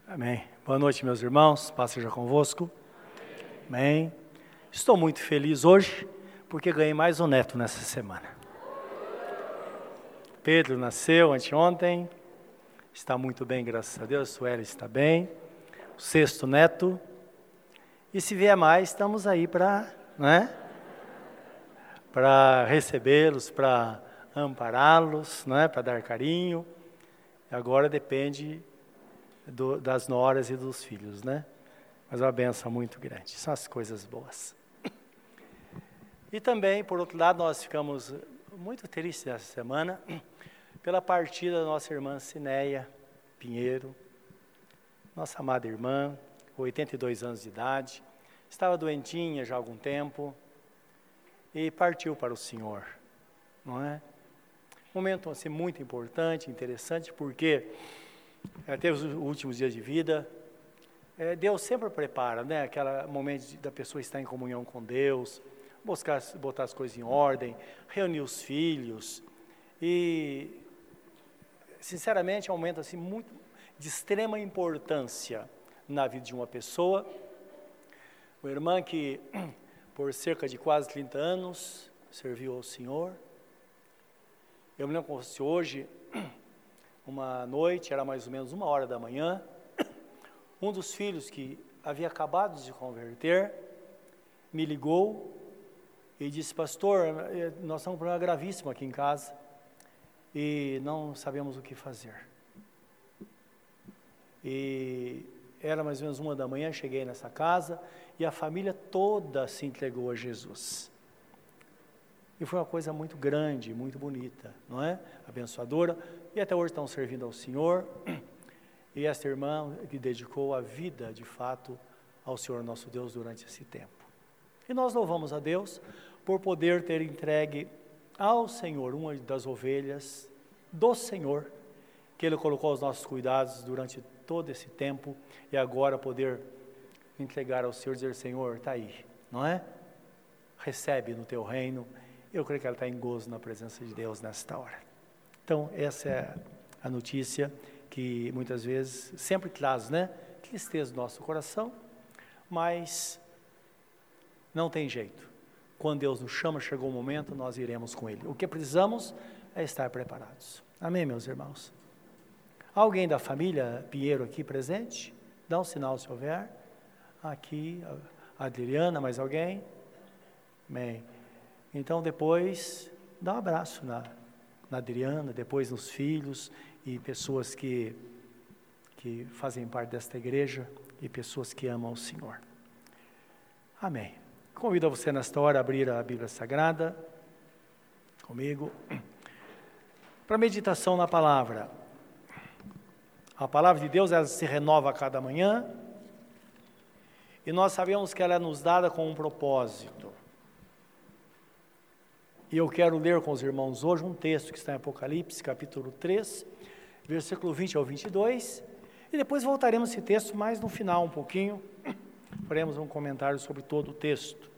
Amém. Boa noite, meus irmãos. Paz seja convosco. Amém. Estou muito feliz hoje, porque ganhei mais um neto nessa semana. Pedro nasceu anteontem, está muito bem, graças a Deus. Sueli está bem. O sexto neto. E se vier mais, estamos aí para recebê-los, para ampará-los, para dar carinho. Agora depende das noras e dos filhos, Mas é uma benção muito grande, são as coisas boas. E também, por outro lado, nós ficamos muito tristes nessa semana pela partida da nossa irmã Cineia Pinheiro, nossa amada irmã, com 82 anos de idade, estava doentinha já há algum tempo e partiu para o Senhor, não é? Um momento assim, muito importante, interessante, porque ela teve os últimos dias de vida. Deus sempre prepara, aquele momento da pessoa estar em comunhão com Deus, botar as coisas em ordem, reunir os filhos. E, sinceramente, é um momento assim, muito de extrema importância na vida de uma pessoa. Uma irmã que, por cerca de quase 30 anos, serviu ao Senhor. Eu me lembro como se hoje, uma noite, era mais ou menos 1h da manhã, um dos filhos que havia acabado de se converter, me ligou e disse: pastor, nós estamos com um problema gravíssimo aqui em casa e não sabemos o que fazer. E era mais ou menos 1h da manhã, cheguei nessa casa e a família toda se entregou a Jesus. E foi uma coisa muito grande, muito bonita, não é? Abençoadora. E até hoje estão servindo ao Senhor. E esta irmã que dedicou a vida, de fato, ao Senhor nosso Deus durante esse tempo. E nós louvamos a Deus por poder ter entregue ao Senhor uma das ovelhas do Senhor, que Ele colocou aos nossos cuidados durante todo esse tempo, e agora poder entregar ao Senhor, dizer: Senhor, está aí, não é? Recebe no teu reino. Eu creio que ela está em gozo na presença de Deus nesta hora. Então, essa é a notícia que muitas vezes sempre traz, tristeza no nosso coração, mas não tem jeito. Quando Deus nos chama, chegou o momento, nós iremos com Ele. O que precisamos é estar preparados. Amém, meus irmãos? Alguém da família Pinheiro aqui presente? Dá um sinal se houver. Aqui, a Adriana, mais alguém? Amém. Então, depois, dá um abraço na Adriana, depois nos filhos e pessoas que fazem parte desta igreja e pessoas que amam o Senhor. Amém. Convido você nesta hora a abrir a Bíblia Sagrada comigo para meditação na palavra. A palavra de Deus, ela se renova a cada manhã e nós sabemos que ela é nos dada com um propósito. E eu quero ler com os irmãos hoje um texto que está em Apocalipse, capítulo 3, versículo 20 ao 22, e depois voltaremos a esse texto mais no final um pouquinho, faremos um comentário sobre todo o texto.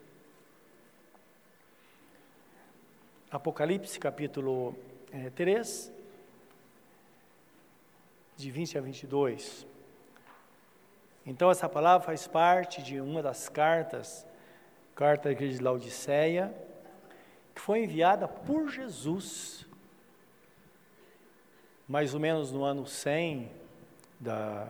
Apocalipse, capítulo 3, de 20 a 22. Então essa palavra faz parte de uma das cartas da igreja de Laodiceia, que foi enviada por Jesus, mais ou menos no ano 100 da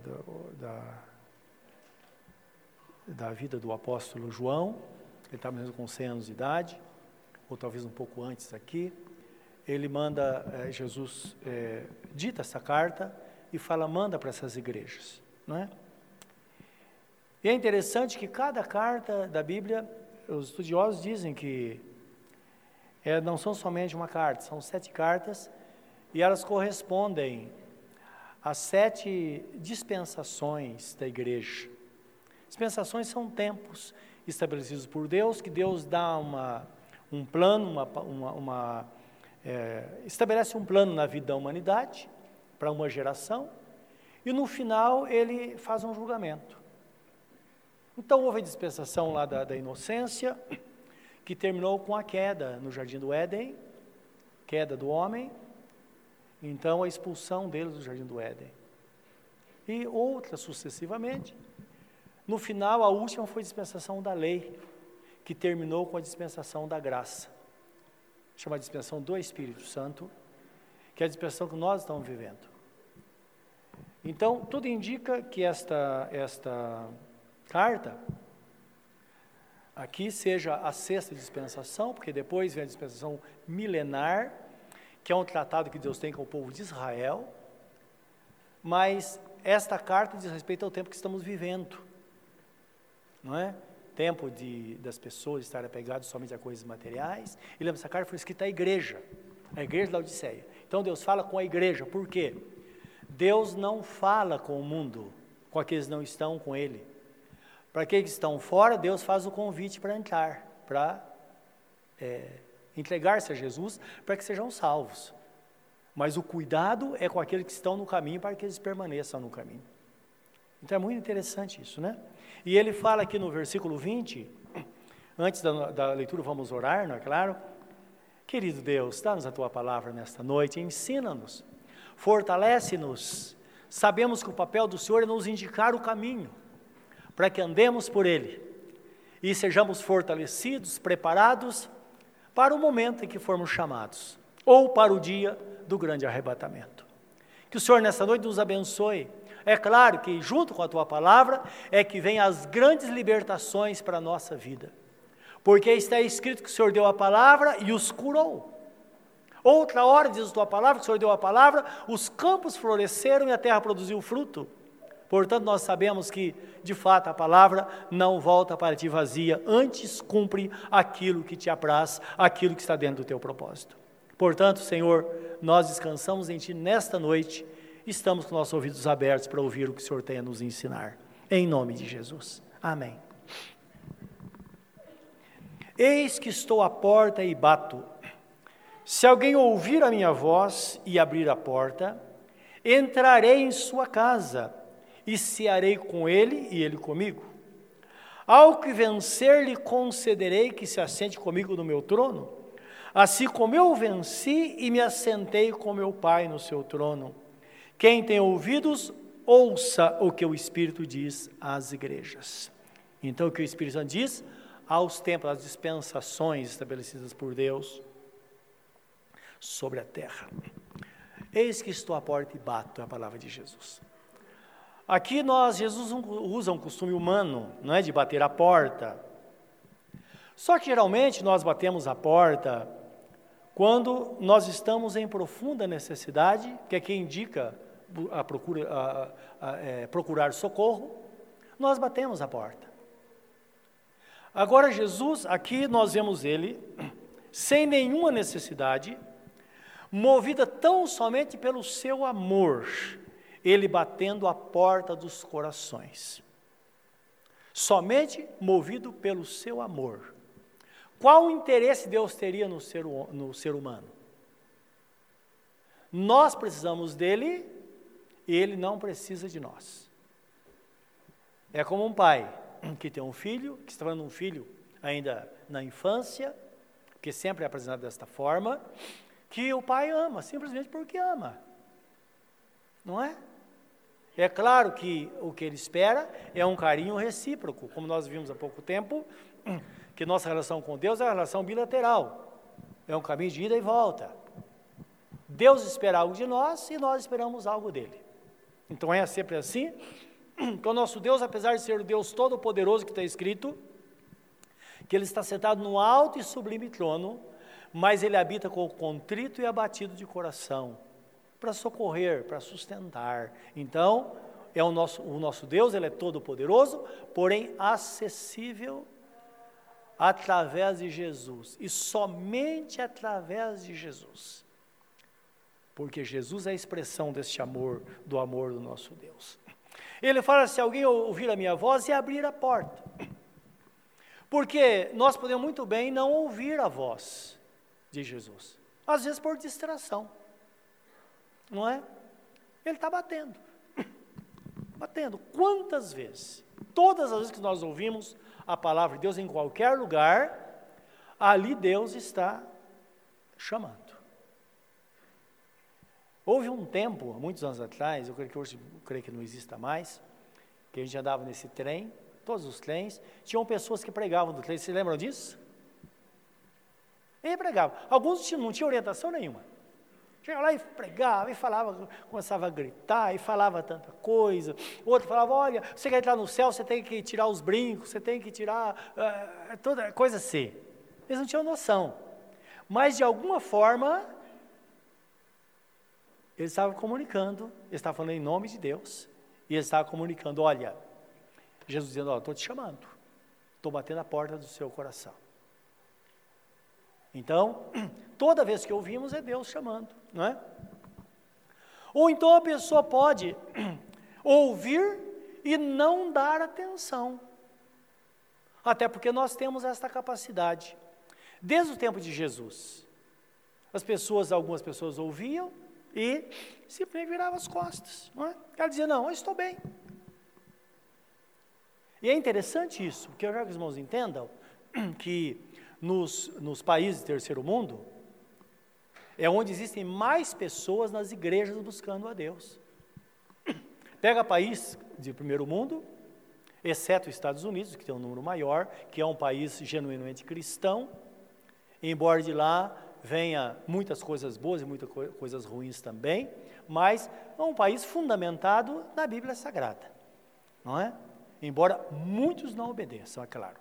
vida do apóstolo João. Ele estava mesmo com 100 anos de idade, ou talvez um pouco antes aqui. Ele manda, Jesus dita essa carta e manda para essas igrejas, não é? E é interessante que cada carta da Bíblia, os estudiosos dizem que não são somente uma carta, são 7 cartas, e elas correspondem às 7 dispensações da igreja. Dispensações são tempos estabelecidos por Deus, que Deus dá um plano, estabelece um plano na vida da humanidade, para uma geração, e no final Ele faz um julgamento. Então houve a dispensação lá da inocência, que terminou com a queda no Jardim do Éden, queda do homem, então a expulsão deles do Jardim do Éden. e outras sucessivamente. No final, a última foi a dispensação da lei, que terminou com a dispensação da graça, chamada dispensação do Espírito Santo, que é a dispensação que nós estamos vivendo. Então, tudo indica que esta carta aqui seja a sexta dispensação, porque depois vem a dispensação milenar, que é um tratado que Deus tem com o povo de Israel, mas esta carta diz respeito ao tempo que estamos vivendo, não é? Tempo das pessoas estarem apegadas somente a coisas materiais. E lembra, essa carta foi escrita à igreja da Laodiceia. Então Deus fala com a igreja, por quê? Deus não fala com o mundo, com aqueles que não estão com Ele. Para aqueles que estão fora, Deus faz o convite para entrar, para entregar-se a Jesus, para que sejam salvos. Mas o cuidado é com aqueles que estão no caminho, para que eles permaneçam no caminho. Então é muito interessante isso, né? E ele fala aqui no versículo 20, antes da leitura vamos orar, não é claro? Querido Deus, dá-nos a Tua palavra nesta noite, ensina-nos, fortalece-nos. Sabemos que o papel do Senhor é nos indicar o caminho, para que andemos por ele e sejamos fortalecidos, preparados para o momento em que formos chamados, ou para o dia do grande arrebatamento. Que o Senhor nesta noite nos abençoe. É claro que junto com a Tua palavra é que vem as grandes libertações para a nossa vida, porque está escrito que o Senhor deu a palavra e os curou. Outra hora, diz a Tua palavra, que o Senhor deu a palavra, os campos floresceram e a terra produziu fruto. Portanto, nós sabemos que, de fato, a palavra não volta para ti vazia, antes cumpre aquilo que te apraz, aquilo que está dentro do teu propósito. Portanto, Senhor, nós descansamos em Ti nesta noite, estamos com nossos ouvidos abertos para ouvir o que o Senhor tem a nos ensinar. Em nome de Jesus. Amém. Eis que estou à porta e bato. Se alguém ouvir a minha voz e abrir a porta, entrarei em sua casa e cearei com ele e ele comigo. Ao que vencer, lhe concederei que se assente comigo no meu trono, assim como eu venci e me assentei com meu Pai no seu trono. Quem tem ouvidos, ouça o que o Espírito diz às igrejas. Então, o que o Espírito Santo diz aos tempos, às dispensações estabelecidas por Deus sobre a terra. Eis que estou à porta e bato, é a palavra de Jesus. Aqui Jesus usa um costume humano, não é, de bater a porta. Só que geralmente nós batemos a porta quando nós estamos em profunda necessidade, que é que indica procurar socorro, nós batemos a porta. Agora Jesus, aqui nós vemos ele, sem nenhuma necessidade, movida tão somente pelo seu amor, ele batendo a porta dos corações. Somente movido pelo seu amor. Qual o interesse Deus teria no ser humano? Nós precisamos dele e ele não precisa de nós. É como um pai que tem um filho, que está falando um filho ainda na infância, que sempre é apresentado desta forma, que o pai ama, simplesmente porque ama. Não é? É claro que o que ele espera é um carinho recíproco, como nós vimos há pouco tempo, que nossa relação com Deus é uma relação bilateral, é um caminho de ida e volta. Deus espera algo de nós e nós esperamos algo dele. Então é sempre assim, que o nosso Deus, apesar de ser o Deus todo-poderoso que está escrito, que ele está sentado no alto e sublime trono, mas ele habita com o contrito e abatido de coração, para socorrer, para sustentar. Então, o nosso Deus, ele é todo-poderoso, porém acessível através de Jesus, e somente através de Jesus, porque Jesus é a expressão deste amor, do amor do nosso Deus. Ele fala, se alguém ouvir a minha voz e abrir a porta, porque nós podemos muito bem não ouvir a voz de Jesus, às vezes por distração, não é? Ele está batendo, quantas vezes? Todas as vezes que nós ouvimos a palavra de Deus em qualquer lugar, ali Deus está chamando. Houve um tempo, há muitos anos atrás, eu creio que hoje não exista mais, que a gente andava nesse trem, todos os trens, tinham pessoas que pregavam do trem, vocês lembram disso? Ele pregava. Alguns não tinham orientação nenhuma. Chegava lá e pregava, e falava, começava a gritar, e falava tanta coisa. Outro falava, olha, você quer entrar no céu, você tem que tirar os brincos, você tem que tirar toda coisa assim. Eles não tinham noção. Mas, de alguma forma, eles estavam comunicando, eles estavam falando em nome de Deus, e eles estavam comunicando, olha, Jesus dizendo, estou te chamando, estou batendo a porta do seu coração. Então, toda vez que ouvimos é Deus chamando, não é? Ou então a pessoa pode ouvir e não dar atenção, até porque nós temos esta capacidade. Desde o tempo de Jesus, algumas pessoas ouviam e simplesmente viravam as costas, não é? Ela dizia, não, eu estou bem. E é interessante isso, porque eu quero que os irmãos entendam que nos países do terceiro mundo, é onde existem mais pessoas nas igrejas buscando a Deus. Pega país de primeiro mundo, exceto os Estados Unidos, que tem um número maior, que é um país genuinamente cristão, embora de lá venha muitas coisas boas e muitas coisas ruins também, mas é um país fundamentado na Bíblia Sagrada, não é? Embora muitos não obedeçam, é claro.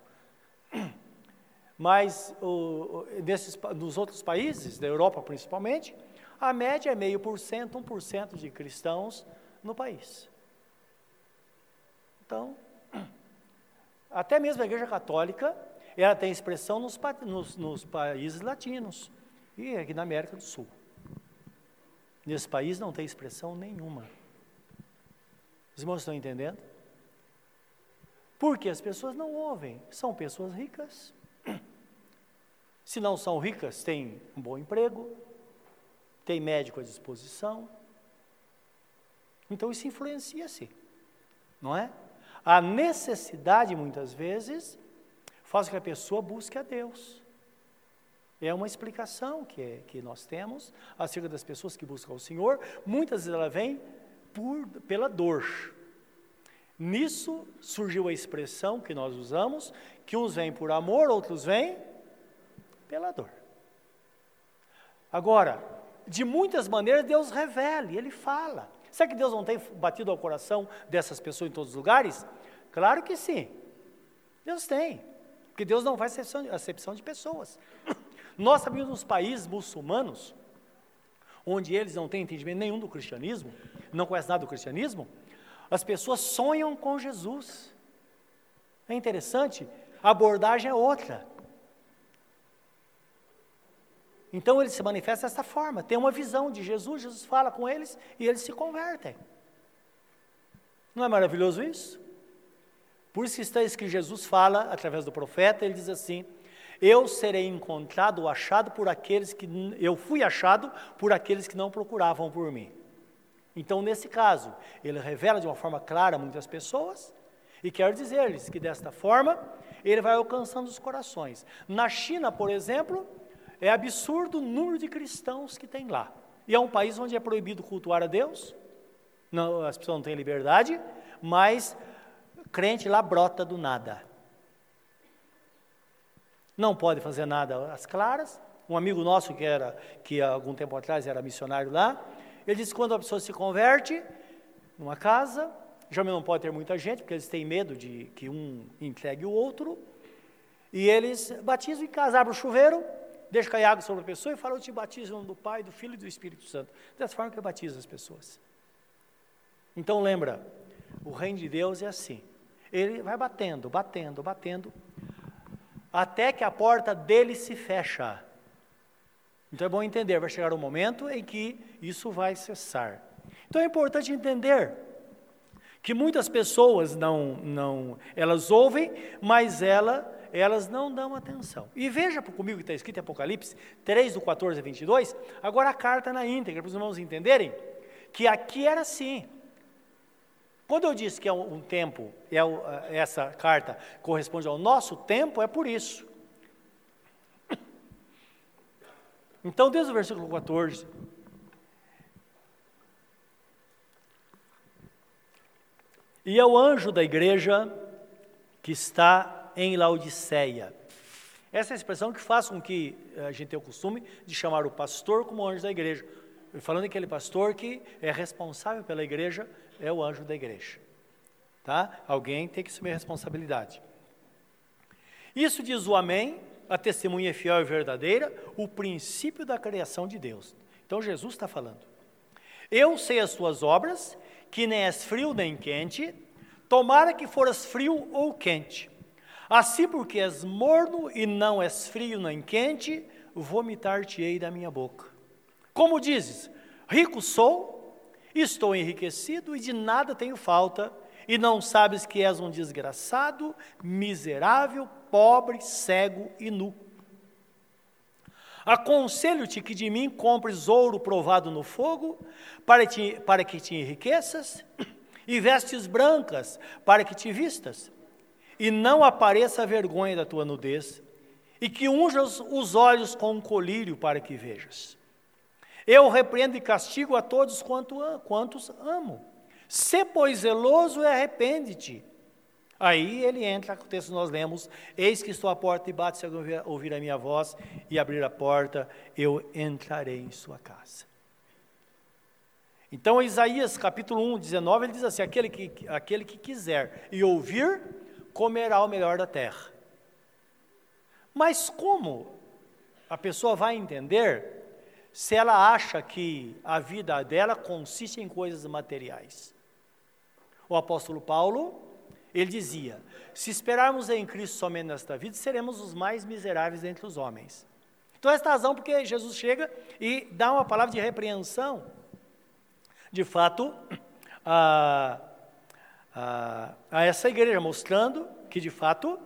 Mas nos outros países, da Europa principalmente, a média é 0,5%, 1% de cristãos no país. Então, até mesmo a Igreja Católica, ela tem expressão nos países latinos e aqui na América do Sul. Nesse país não tem expressão nenhuma. Os irmãos estão entendendo? Porque as pessoas não ouvem, são pessoas ricas. Se não são ricas, têm um bom emprego, têm médico à disposição. Então isso influencia-se, não é? A necessidade, muitas vezes, faz com que a pessoa busque a Deus. É uma explicação que nós temos acerca das pessoas que buscam o Senhor. Muitas vezes ela vem pela dor. Nisso surgiu a expressão que nós usamos, que uns vêm por amor, outros vêm pela dor. Agora, de muitas maneiras Deus revela, Ele fala. Será que Deus não tem batido ao coração dessas pessoas em todos os lugares? Claro que sim, Deus tem, porque Deus não faz acepção de pessoas. Nós sabemos nos países muçulmanos, onde eles não têm entendimento nenhum do cristianismo, não conhecem nada do cristianismo, as pessoas sonham com Jesus. É interessante, a abordagem é outra. Então ele se manifesta dessa forma, tem uma visão de Jesus, Jesus fala com eles e eles se convertem. Não é maravilhoso isso? Por isso que está escrito que Jesus fala através do profeta, ele diz assim, eu serei encontrado ou achado por aqueles que, eu fui achado por aqueles que não procuravam por mim. Então nesse caso, ele revela de uma forma clara a muitas pessoas, e quero dizer-lhes que desta forma, ele vai alcançando os corações. Na China, por exemplo, é absurdo o número de cristãos que tem lá. E é um país onde é proibido cultuar a Deus, não, as pessoas não têm liberdade, mas crente lá brota do nada. Não pode fazer nada às claras. Um amigo nosso que há algum tempo atrás era missionário lá, ele disse que quando a pessoa se converte numa casa, geralmente não pode ter muita gente, porque eles têm medo de que um entregue o outro, e eles batizam em casa, abrem o chuveiro, deixa cair água sobre a pessoa e fala, eu te batizo em nome do Pai, do Filho e do Espírito Santo. Dessa forma que batiza as pessoas. Então lembra, o reino de Deus é assim, ele vai batendo, batendo, batendo, até que a porta dele se fecha. Então é bom entender, vai chegar um momento em que isso vai cessar. Então é importante entender que muitas pessoas elas ouvem, mas elas não dão atenção. E veja comigo que está escrito em Apocalipse 3, do 14 a 22, agora a carta na íntegra, para os irmãos entenderem que aqui era assim. Quando eu disse que é um tempo, essa carta corresponde ao nosso tempo, é por isso. Então, desde o versículo 14, E ao anjo da igreja que está em Laodiceia. Essa é a expressão que faz com que a gente tenha o costume de chamar o pastor como anjo da igreja. Falando que aquele pastor que é responsável pela igreja é o anjo da igreja. Tá? Alguém tem que assumir a responsabilidade. Isso diz o Amém, a testemunha fiel e verdadeira, o princípio da criação de Deus. Então Jesus está falando. Eu sei as tuas obras, que nem és frio nem quente, tomara que foras frio ou quente. Assim porque és morno e não és frio nem quente, vomitar-te-ei da minha boca. Como dizes, rico sou, estou enriquecido e de nada tenho falta, e não sabes que és um desgraçado, miserável, pobre, cego e nu. Aconselho-te que de mim compres ouro provado no fogo, para que te enriqueças, e vestes brancas, para que te vistas, e não apareça a vergonha da tua nudez, e que unjas os olhos com um colírio para que vejas. Eu repreendo e castigo a todos quantos amo. Sê, pois, zeloso e arrepende-te. Aí ele entra, o texto nós lemos, eis que estou à porta e bato, se alguém ouvir a minha voz e abrir a porta, eu entrarei em sua casa. Então, Isaías capítulo 1, 19, ele diz assim, aquele que quiser e ouvir, comerá o melhor da terra. Mas como a pessoa vai entender se ela acha que a vida dela consiste em coisas materiais? O apóstolo Paulo, ele dizia, se esperarmos em Cristo somente nesta vida, seremos os mais miseráveis entre os homens. Então, esta razão porque Jesus chega e dá uma palavra de repreensão, de fato, a essa igreja, mostrando que, de fato,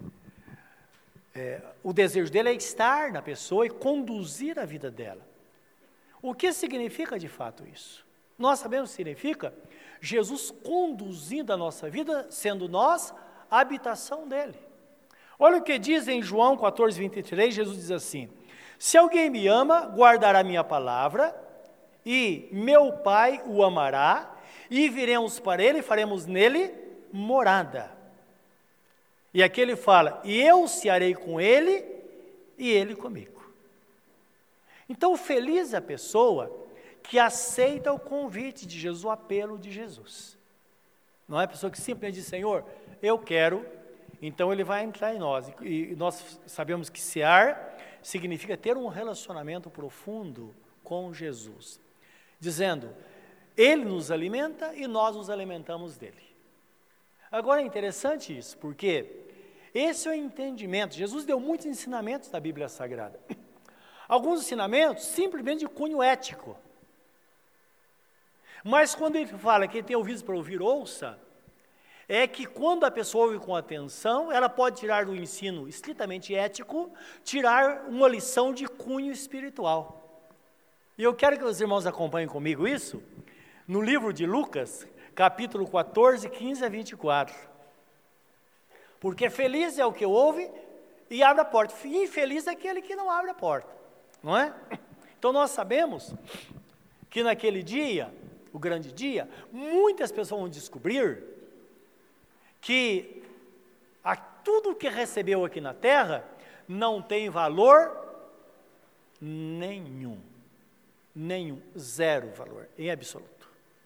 o desejo dele é estar na pessoa e conduzir a vida dela. O que significa, de fato, isso? Nós sabemos o que significa Jesus conduzindo a nossa vida, sendo nós a habitação dele. Olha o que diz em João 14, 23, Jesus diz assim, se alguém me ama, guardará minha palavra, e meu Pai o amará, e viremos para ele e faremos nele morada. E aqui ele fala, e eu cearei com ele, e ele comigo. Então, feliz é a pessoa que aceita o convite de Jesus, o apelo de Jesus. Não é a pessoa que simplesmente diz, Senhor, eu quero, então ele vai entrar em nós. E nós sabemos que cear significa ter um relacionamento profundo com Jesus. Dizendo, ele nos alimenta e nós nos alimentamos dele. Agora é interessante isso, porque esse é o entendimento. Jesus deu muitos ensinamentos na Bíblia Sagrada. Alguns ensinamentos simplesmente de cunho ético. Mas quando ele fala que tem ouvidos para ouvir, ouça, é que quando a pessoa ouve com atenção, ela pode tirar do ensino estritamente ético, tirar uma lição de cunho espiritual. E eu quero que os irmãos acompanhem comigo isso, no livro de Lucas, capítulo 14, 15 a 24. Porque feliz é o que ouve e abre a porta, infeliz é aquele que não abre a porta, não é? Então nós sabemos que naquele dia, o grande dia, muitas pessoas vão descobrir que tudo que recebeu aqui na terra não tem valor nenhum, zero valor, em absoluto.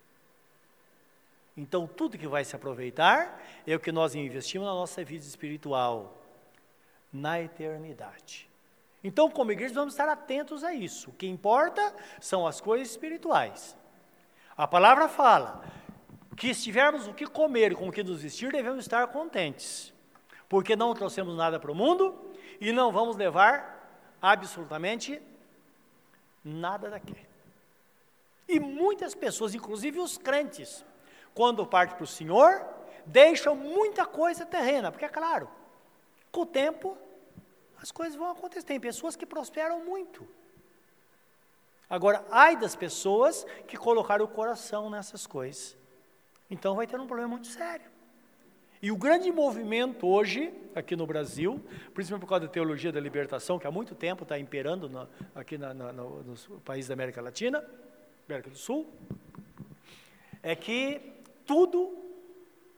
Então, tudo que vai se aproveitar é o que nós investimos na nossa vida espiritual, na eternidade. Então, como igreja, vamos estar atentos a isso. O que importa são as coisas espirituais. A palavra fala que se tivermos o que comer e com o que nos vestir, devemos estar contentes, porque não trouxemos nada para o mundo e não vamos levar absolutamente nada daqui. E muitas pessoas, inclusive os crentes, quando partem para o Senhor, deixam muita coisa terrena, porque é claro, com o tempo as coisas vão acontecer. Tem pessoas que prosperam muito. Agora, ai das pessoas que colocaram o coração nessas coisas. Então vai ter um problema muito sério. E o grande movimento hoje, aqui no Brasil, principalmente por causa da teologia da libertação, que há muito tempo está imperando aqui nos países da América Latina, América do Sul, é que tudo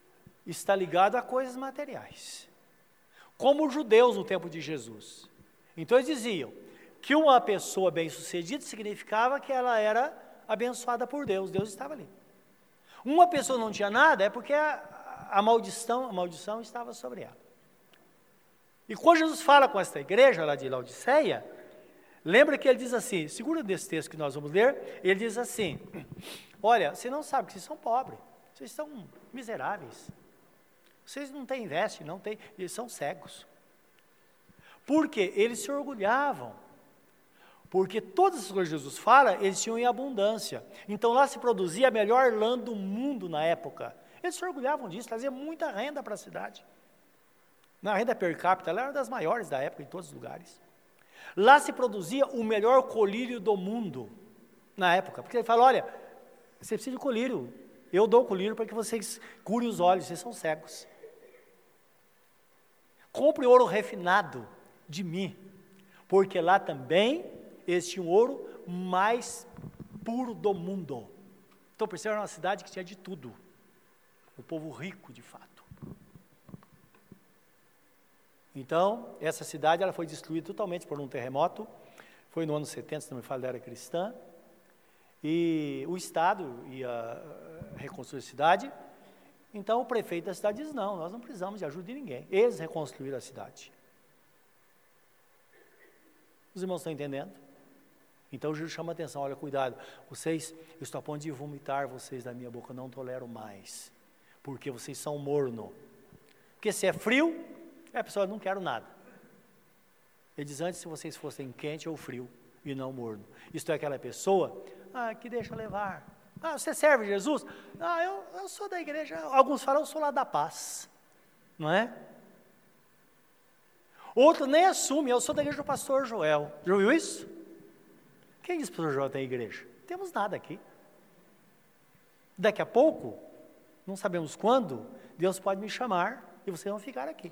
está ligado a coisas materiais, como os judeus no tempo de Jesus. Então eles diziam que uma pessoa bem-sucedida significava que ela era abençoada por Deus, Deus estava ali. Uma pessoa não tinha nada, é porque a maldição estava sobre ela. E quando Jesus fala com esta igreja lá de Laodiceia, lembra que ele diz assim, segura desse texto que nós vamos ler, ele diz assim, olha, você não sabe que vocês são pobres, vocês são miseráveis, vocês não têm veste, eles são cegos. Porque eles se orgulhavam, porque todas as coisas que Jesus fala, eles tinham em abundância. Então lá se produzia a melhor lã do mundo na época. Eles se orgulhavam disso, trazia muita renda para a cidade. Na renda per capita, ela era das maiores da época, em todos os lugares. Lá se produzia o melhor colírio do mundo, na época. Porque ele fala, olha, você precisa de colírio. Eu dou colírio para que vocês curem os olhos, vocês são cegos. Compre ouro refinado de mim, porque lá também eles tinham o ouro mais puro do mundo. Então, percebeu, era uma cidade que tinha de tudo. O povo rico, de fato. Então, essa cidade ela foi destruída totalmente por um terremoto. Foi no ano 70, se não me falha, ela era cristã. E o Estado ia reconstruir a cidade. Então, o prefeito da cidade diz, não, nós não precisamos de ajuda de ninguém. Eles reconstruíram a cidade. Os irmãos estão entendendo? Então, Jesus chama a atenção, olha, cuidado, eu estou a ponto de vomitar vocês da minha boca, eu não tolero mais, porque vocês são morno. Porque se é frio, a pessoa não quero nada. Ele diz, antes se vocês fossem quente ou frio, e não morno. Isto é aquela pessoa, que deixa levar. Você serve Jesus? Eu sou da igreja, alguns falam, eu sou lá da paz, não é? Outro nem assume, eu sou da igreja do pastor Joel. Já ouviu isso? Quem diz que o pastor Joel tem igreja? Não temos nada aqui. Daqui a pouco, não sabemos quando, Deus pode me chamar e vocês vão ficar aqui.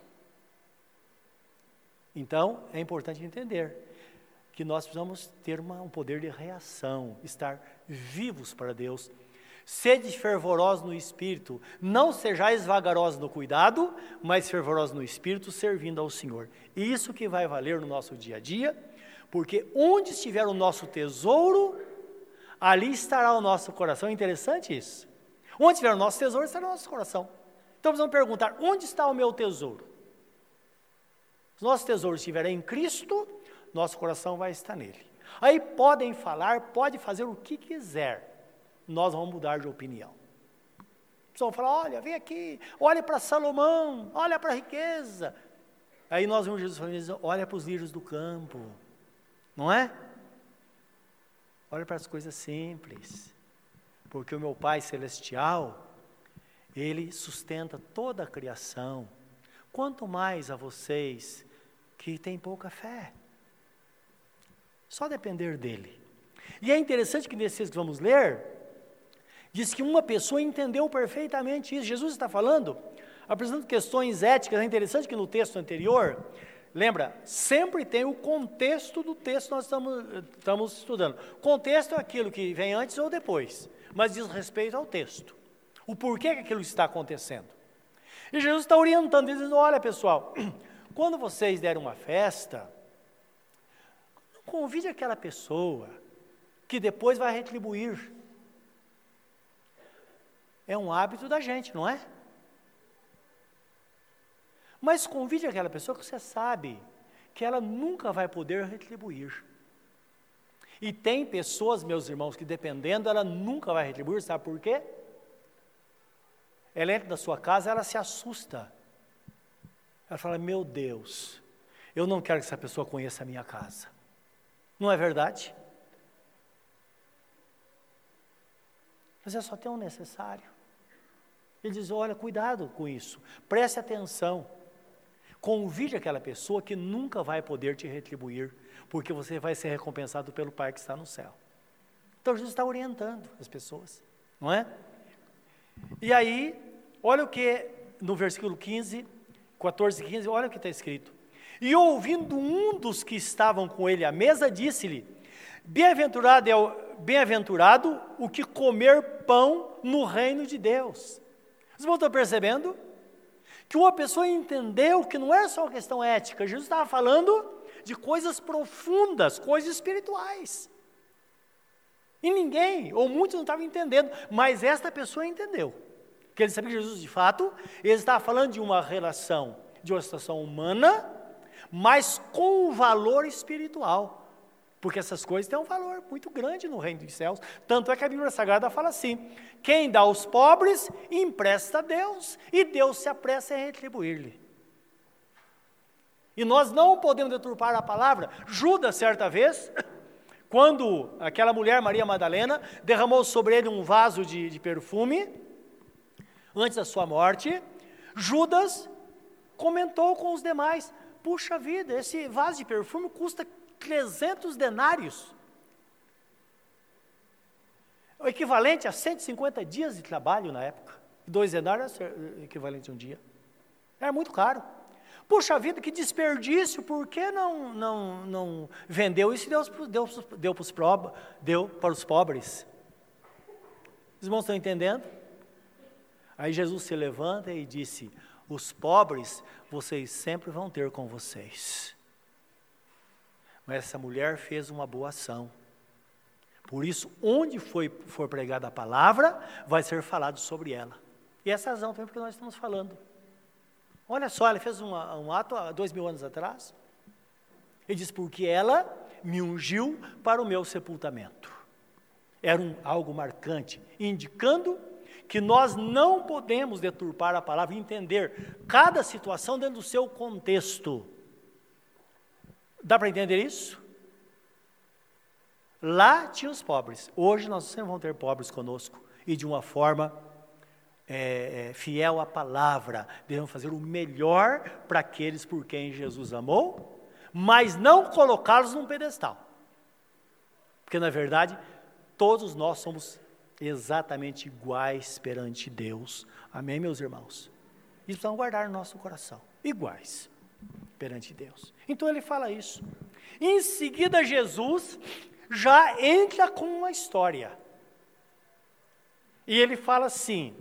Então, é importante entender que nós precisamos ter um poder de reação, estar vivos para Deus. Sede fervorosos no Espírito, não sejais vagarosos no cuidado, mas fervorosos no Espírito, servindo ao Senhor. Isso que vai valer no nosso dia a dia, porque onde estiver o nosso tesouro, ali estará o nosso coração. É interessante isso. Onde estiver o nosso tesouro, estará o nosso coração. Então precisamos perguntar, onde está o meu tesouro? Se o nosso tesouro estiver em Cristo, nosso coração vai estar nele. Aí podem falar, pode fazer o que quiser, nós vamos mudar de opinião. Vão falar, olha, vem aqui, olha para Salomão, olha para a riqueza. Aí nós vemos Jesus falando, olha para os lírios do campo, não é? Olha para as coisas simples, porque o meu Pai Celestial, Ele sustenta toda a criação, quanto mais a vocês que têm pouca fé. Só depender dEle. E é interessante que nesse texto que vamos ler, diz que uma pessoa entendeu perfeitamente isso. Jesus está falando, apresentando questões éticas. É interessante que no texto anterior, lembra, sempre tem o contexto do texto que nós estamos estudando. Contexto é aquilo que vem antes ou depois, mas diz respeito ao texto. O porquê que aquilo está acontecendo. E Jesus está orientando, dizendo, olha pessoal, quando vocês derem uma festa, convide aquela pessoa que depois vai retribuir. É um hábito da gente, não é? Mas convide aquela pessoa que você sabe que ela nunca vai poder retribuir. E tem pessoas, meus irmãos, que dependendo, ela nunca vai retribuir, sabe por quê? Ela entra na sua casa, ela se assusta. Ela fala, meu Deus, eu não quero que essa pessoa conheça a minha casa. Não é verdade? Mas é só ter um necessário. Ele diz, olha, cuidado com isso, preste atenção. Convide aquela pessoa que nunca vai poder te retribuir, porque você vai ser recompensado pelo Pai que está no céu. Então Jesus está orientando as pessoas, não é? E aí, olha o que no versículo 14 e 15, olha o que está escrito. E ouvindo um dos que estavam com ele à mesa, disse-lhe, bem-aventurado o que comer pão no reino de Deus. Vocês estão percebendo? que uma pessoa entendeu que não era só uma questão ética, Jesus estava falando de coisas profundas, coisas espirituais. E ninguém, ou muitos não estavam entendendo, mas esta pessoa entendeu. Porque ele sabia que Jesus, de fato, ele estava falando de uma relação, de uma situação humana, mas com um valor espiritual. Porque essas coisas têm um valor muito grande no reino dos céus. Tanto é que a Bíblia Sagrada fala assim: quem dá aos pobres, empresta a Deus, e Deus se apressa em retribuir-lhe. E nós não podemos deturpar a palavra. Judas, certa vez, quando aquela mulher, Maria Madalena, derramou sobre ele um vaso de perfume, antes da sua morte, Judas comentou com os demais: puxa vida, esse vaso de perfume custa 300 denários, o equivalente a 150 dias de trabalho na época. 2 denários era equivalente a um dia, era muito caro. Puxa vida, que desperdício, por que não vendeu isso e deu para os pobres? Os irmãos estão entendendo? Aí Jesus se levanta e disse: os pobres vocês sempre vão ter com vocês. Mas essa mulher fez uma boa ação. Por isso, onde for pregada a palavra, vai ser falado sobre ela. E essa razão também porque nós estamos falando. Olha só, ela fez um ato há 2000 anos atrás. Ele diz: porque ela me ungiu para o meu sepultamento. Era algo marcante, indicando que nós não podemos deturpar a palavra e entender cada situação dentro do seu contexto. Dá para entender isso? Lá tinha os pobres, hoje nós sempre vamos ter pobres conosco, e de uma forma fiel à palavra, devemos fazer o melhor para aqueles por quem Jesus amou, mas não colocá-los num pedestal, porque na verdade todos nós somos exatamente iguais perante Deus. Amém, meus irmãos? Isso precisamos guardar no nosso coração, iguais perante Deus. Então ele fala isso. Em seguida, Jesus já entra com uma história. E ele fala assim: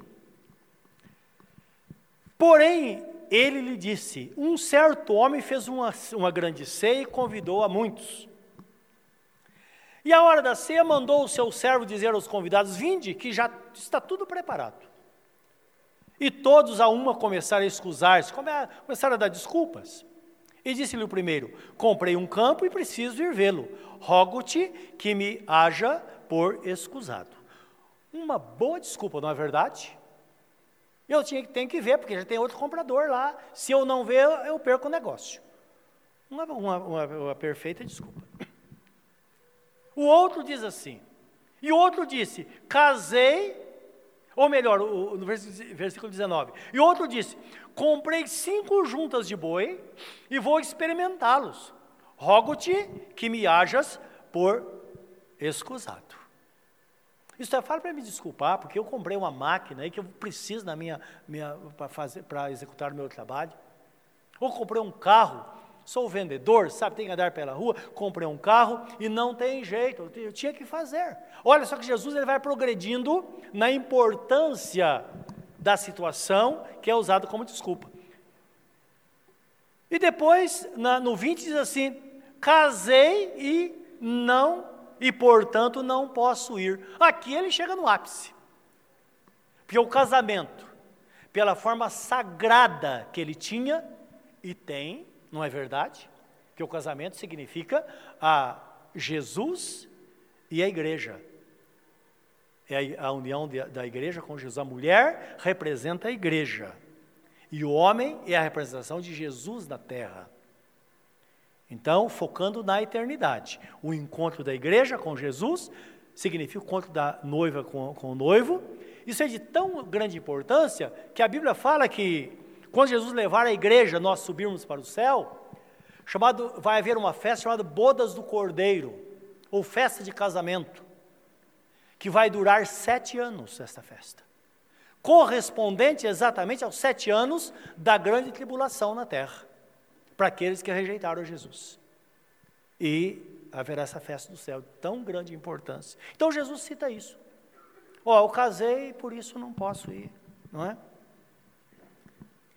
porém, ele lhe disse: um certo homem fez uma grande ceia e convidou a muitos. E à hora da ceia mandou o seu servo dizer aos convidados: vinde, que já está tudo preparado. E todos a uma começaram a excusar-se, começaram a dar desculpas. E disse-lhe o primeiro: comprei um campo e preciso ir vê-lo. Rogo-te que me haja por escusado. Uma boa desculpa, não é verdade? Eu tenho que ver, porque já tem outro comprador lá. Se eu não ver, eu perco o negócio. Uma perfeita desculpa. O outro diz assim, e o outro disse: casei, ou melhor, no versículo 19, e o outro disse: comprei 5 juntas de boi e vou experimentá-los. Rogo-te que me hajas por escusado. Isso fala para me desculpar, porque eu comprei uma máquina aí que eu preciso para executar o meu trabalho. Ou comprei um carro, sou vendedor, sabe, tem que andar pela rua, comprei um carro e não tem jeito, eu tinha que fazer. Olha só que Jesus ele vai progredindo na importância da situação que é usado como desculpa. E depois, no 20 diz assim: casei e portanto não posso ir. Aqui ele chega no ápice. Porque o casamento, pela forma sagrada que ele tinha e tem, não é verdade? Que o casamento significa a Jesus e a igreja. É a união da igreja com Jesus. A mulher representa a igreja. E o homem é a representação de Jesus na terra. Então, focando na eternidade. O encontro da igreja com Jesus significa o encontro da noiva com o noivo. Isso é de tão grande importância que a Bíblia fala que quando Jesus levar a igreja, nós subirmos para o céu, vai haver uma festa chamada Bodas do Cordeiro, ou festa de casamento, que vai durar 7 anos, esta festa. Correspondente exatamente aos 7 anos da grande tribulação na terra, para aqueles que rejeitaram Jesus. E haverá essa festa do céu, de tão grande importância. Então Jesus cita isso. Eu casei, por isso não posso ir, não é?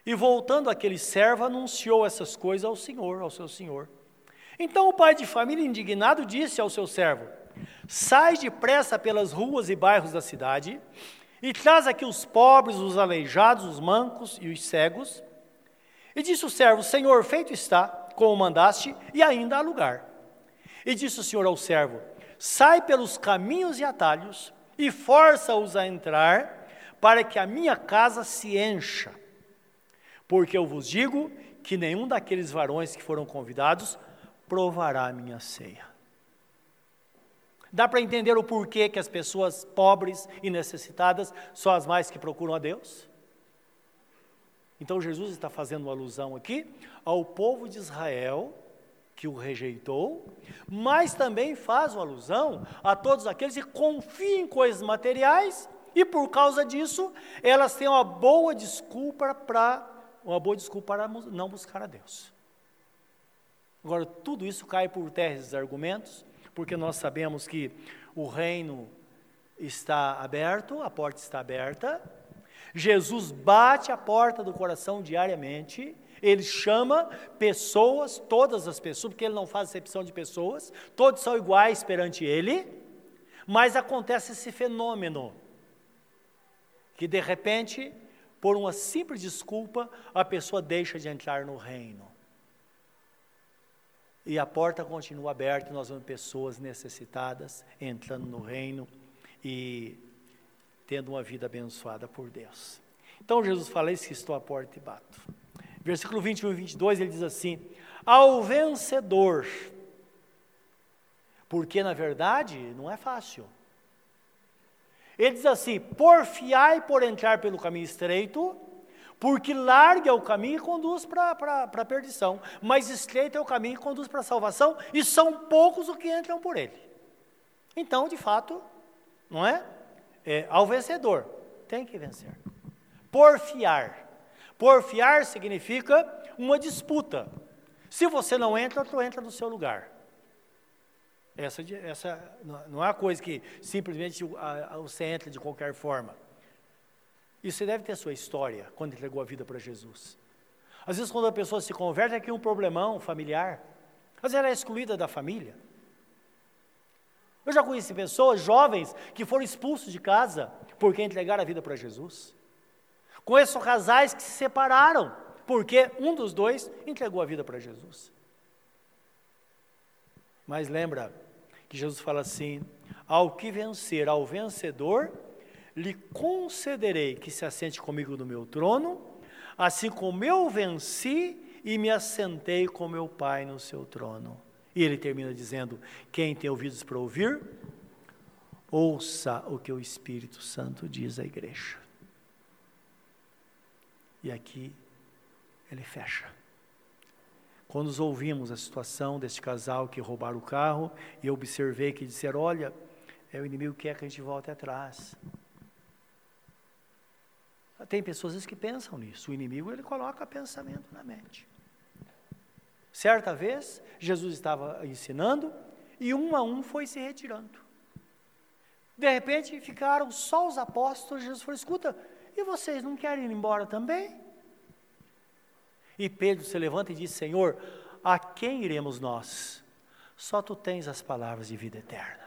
E voltando aquele servo, anunciou essas coisas ao senhor, ao seu senhor. Então o pai de família, indignado, disse ao seu servo: sai depressa pelas ruas e bairros da cidade, e traz aqui os pobres, os aleijados, os mancos e os cegos. E disse o servo: Senhor, feito está, como mandaste, e ainda há lugar. E disse o Senhor ao servo: sai pelos caminhos e atalhos, e força-os a entrar, para que a minha casa se encha. Porque eu vos digo que nenhum daqueles varões que foram convidados provará a minha ceia. Dá para entender o porquê que as pessoas pobres e necessitadas são as mais que procuram a Deus? Então Jesus está fazendo uma alusão aqui ao povo de Israel, que o rejeitou, mas também faz uma alusão a todos aqueles que confiam em coisas materiais e por causa disso elas têm uma boa desculpa para não buscar a Deus. Agora, tudo isso cai por terra esses argumentos, porque nós sabemos que o reino está aberto, a porta está aberta, Jesus bate a porta do coração diariamente, ele chama pessoas, todas as pessoas, porque ele não faz acepção de pessoas, todos são iguais perante ele, mas acontece esse fenômeno, que de repente, por uma simples desculpa, a pessoa deixa de entrar no reino. E a porta continua aberta, nós vemos pessoas necessitadas entrando no reino e tendo uma vida abençoada por Deus. Então Jesus fala: eis que estou à porta e bato. Versículo 21 e 22, ele diz assim: ao vencedor, porque na verdade não é fácil. Ele diz assim: porfiai por entrar pelo caminho estreito, porque largo é o caminho e conduz para a perdição, mas estreito é o caminho e conduz para a salvação, e são poucos os que entram por ele. Então, de fato, não é? Ao vencedor, tem que vencer. Porfiar. Porfiar significa uma disputa. Se você não entra, outro entra no seu lugar. Essa não é uma coisa que simplesmente você entra de qualquer forma. Isso deve ter sua história, quando entregou a vida para Jesus. Às vezes, quando a pessoa se converte, é que um problemão familiar. Às vezes, ela é excluída da família. Eu já conheci pessoas, jovens, que foram expulsos de casa porque entregaram a vida para Jesus. Conheço casais que se separaram porque um dos dois entregou a vida para Jesus. Mas lembra que Jesus fala assim: ao que vencer, ao vencedor, lhe concederei que se assente comigo no meu trono, assim como eu venci e me assentei com meu Pai no seu trono. E ele termina dizendo: quem tem ouvidos para ouvir, ouça o que o Espírito Santo diz à igreja. E aqui ele fecha. Quando nós ouvimos a situação deste casal que roubaram o carro, e eu observei que disseram: olha, o inimigo quer que a gente volte atrás. Tem pessoas às vezes que pensam nisso. O inimigo, ele coloca pensamento na mente. Certa vez, Jesus estava ensinando e um a um foi se retirando. De repente, ficaram só os apóstolos. Jesus falou: escuta, e vocês não querem ir embora também? E Pedro se levanta e diz: Senhor, a quem iremos nós? Só tu tens as palavras de vida eterna.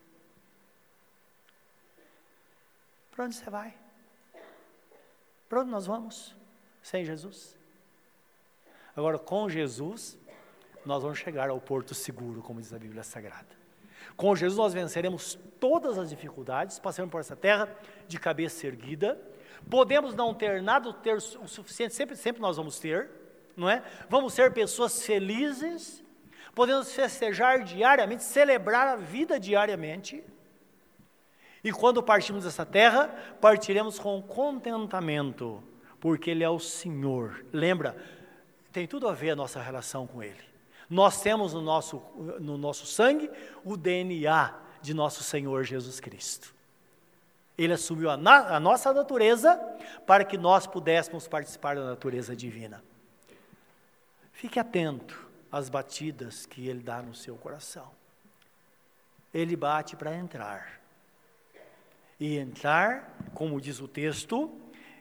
Para onde você vai? Para onde nós vamos? Sem Jesus? Agora, com Jesus, nós vamos chegar ao porto seguro, como diz a Bíblia Sagrada. Com Jesus nós venceremos todas as dificuldades, passaremos por essa terra de cabeça erguida. Podemos não ter nada, ter o suficiente, sempre nós vamos ter, não é? Vamos ser pessoas felizes, podemos festejar diariamente, celebrar a vida diariamente. E quando partimos dessa terra, partiremos com contentamento, porque Ele é o Senhor. Lembra, tem tudo a ver a nossa relação com Ele. Nós temos no nosso sangue o DNA de nosso Senhor Jesus Cristo. Ele assumiu a nossa natureza para que nós pudéssemos participar da natureza divina. Fique atento às batidas que Ele dá no seu coração. Ele bate para entrar. E entrar, como diz o texto,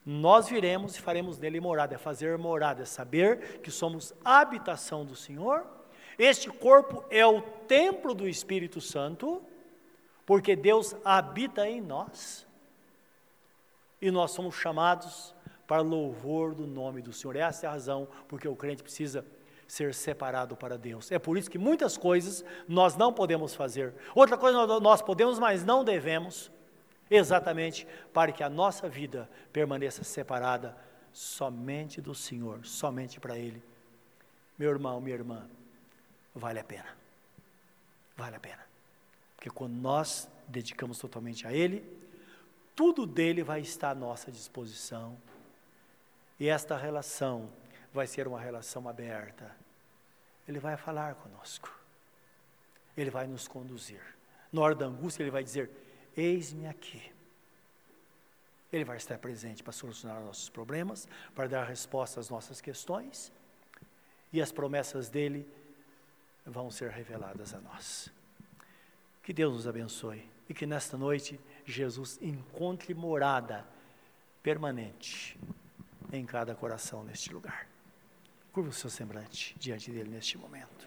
nós viremos e faremos nele morada. É fazer morada, é saber que somos habitação do Senhor. Este corpo é o templo do Espírito Santo, porque Deus habita em nós. E nós somos chamados para louvor do nome do Senhor. Essa é a razão porque o crente precisa ser separado para Deus. É por isso que muitas coisas nós não podemos fazer. Outra coisa nós podemos, mas não devemos, exatamente para que a nossa vida permaneça separada somente do Senhor, somente para Ele. Meu irmão, minha irmã, vale a pena. Vale a pena. Porque quando nós dedicamos totalmente a Ele, tudo dele vai estar à nossa disposição. E esta relação vai ser uma relação aberta. Ele vai falar conosco. Ele vai nos conduzir. Na hora da angústia, ele vai dizer: eis-me aqui. Ele vai estar presente para solucionar nossos problemas, para dar resposta às nossas questões. E as promessas dele vão ser reveladas a nós. Que Deus nos abençoe. E que nesta noite Jesus encontre morada permanente em cada coração neste lugar. Curva o seu semblante diante dele neste momento.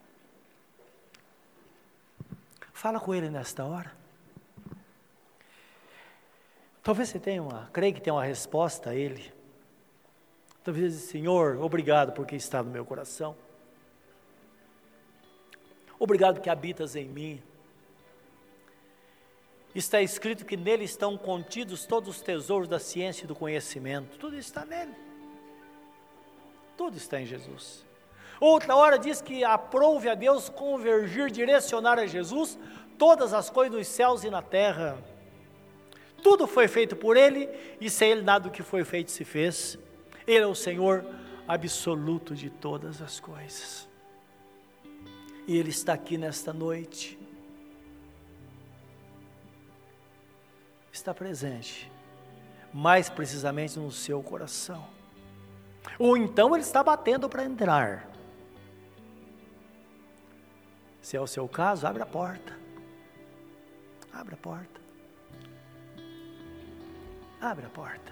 Fala com ele nesta hora. Talvez você creia que tenha uma resposta a ele. Talvez diga: Senhor, obrigado porque está no meu coração. Obrigado que habitas em mim. Está escrito que nele estão contidos todos os tesouros da ciência e do conhecimento. Tudo está nele. Tudo está em Jesus. Outra hora diz que aprove a Deus convergir, direcionar a Jesus todas as coisas nos céus e na terra. Tudo foi feito por Ele, e sem Ele nada do que foi feito se fez. Ele é o Senhor absoluto de todas as coisas. E Ele está aqui nesta noite. Está presente, mais precisamente no seu coração. Ou então Ele está batendo para entrar. Se é o seu caso, abre a porta. Abre a porta. Abre a porta.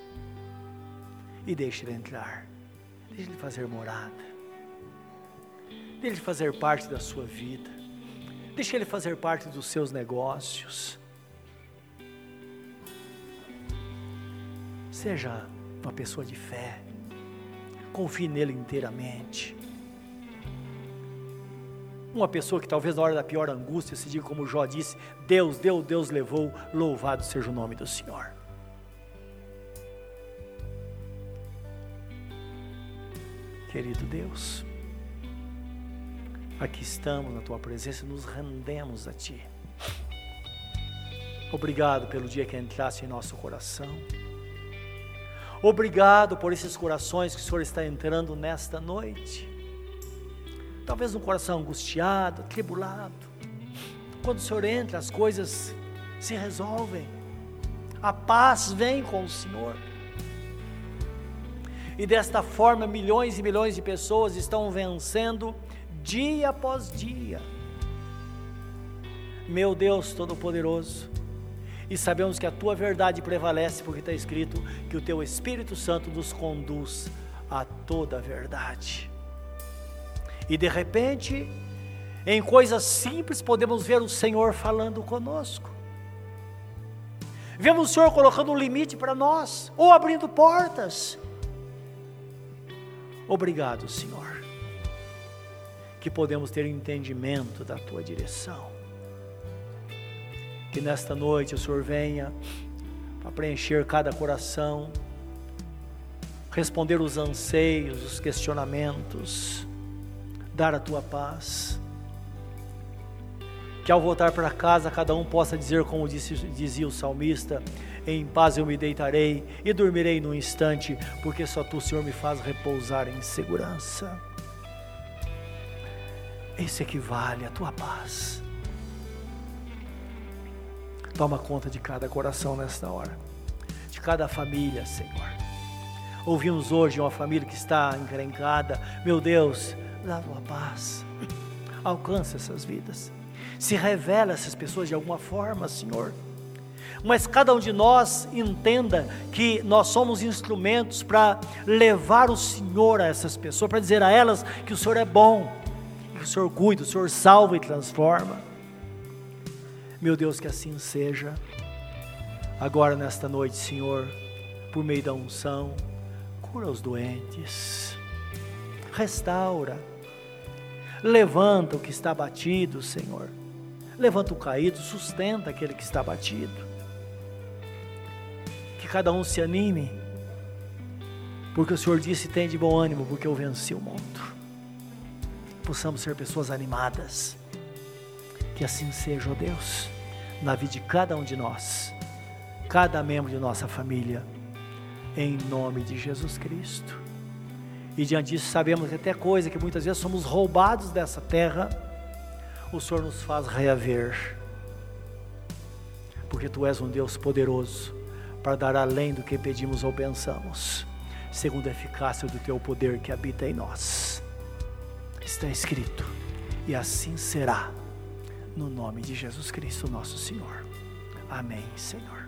E deixe Ele entrar. Deixe Ele fazer morada. Deixe Ele fazer parte da sua vida. Deixe Ele fazer parte dos seus negócios. Seja uma pessoa de fé. Confie nele inteiramente. Uma pessoa que talvez na hora da pior angústia se diga como Jó disse: Deus deu, Deus levou, louvado seja o nome do Senhor. Querido Deus, aqui estamos na Tua presença e nos rendemos a Ti. Obrigado pelo dia que entraste em nosso coração. Obrigado por esses corações que o Senhor está entrando nesta noite. Talvez um coração angustiado, atribulado. Quando o Senhor entra, as coisas se resolvem. A paz vem com o Senhor. E desta forma, milhões e milhões de pessoas estão vencendo dia após dia. Meu Deus Todo-Poderoso, e sabemos que a Tua verdade prevalece, porque está escrito que o Teu Espírito Santo nos conduz a toda a verdade. E de repente, em coisas simples, podemos ver o Senhor falando conosco. Vemos o Senhor colocando um limite para nós, ou abrindo portas. Obrigado, Senhor, que podemos ter entendimento da Tua direção. Que nesta noite o Senhor venha para preencher cada coração, responder os anseios, os questionamentos, dar a Tua paz. Que ao voltar para casa cada um possa dizer como dizia o salmista: em paz eu me deitarei e dormirei num instante, porque só Tu, Senhor, me faz repousar em segurança. Isso equivale à Tua paz. Toma conta de cada coração nesta hora, de cada família, Senhor. Ouvimos hoje uma família que está encrencada. Meu Deus, dá a Tua paz. Alcança essas vidas. Se revela a essas pessoas de alguma forma, Senhor. mas cada um de nós entenda que nós somos instrumentos para levar o Senhor a essas pessoas, para dizer a elas que o Senhor é bom, que o Senhor cuida, o Senhor salva e transforma. Meu Deus, que assim seja. Agora nesta noite, Senhor, por meio da unção, cura os doentes, restaura, levanta o que está abatido, Senhor, levanta o caído, sustenta aquele que está abatido, que cada um se anime, porque o Senhor disse: tem de bom ânimo, porque eu venci o mundo. Possamos ser pessoas animadas, que assim seja, ó Deus, na vida de cada um de nós, cada membro de nossa família, em nome de Jesus Cristo. E diante disso sabemos que até coisa que muitas vezes somos roubados dessa terra, o Senhor nos faz reaver, porque Tu és um Deus poderoso para dar além do que pedimos ou pensamos, segundo a eficácia do Teu poder que habita em nós. Está escrito, e assim será, no nome de Jesus Cristo nosso Senhor. Amém, Senhor.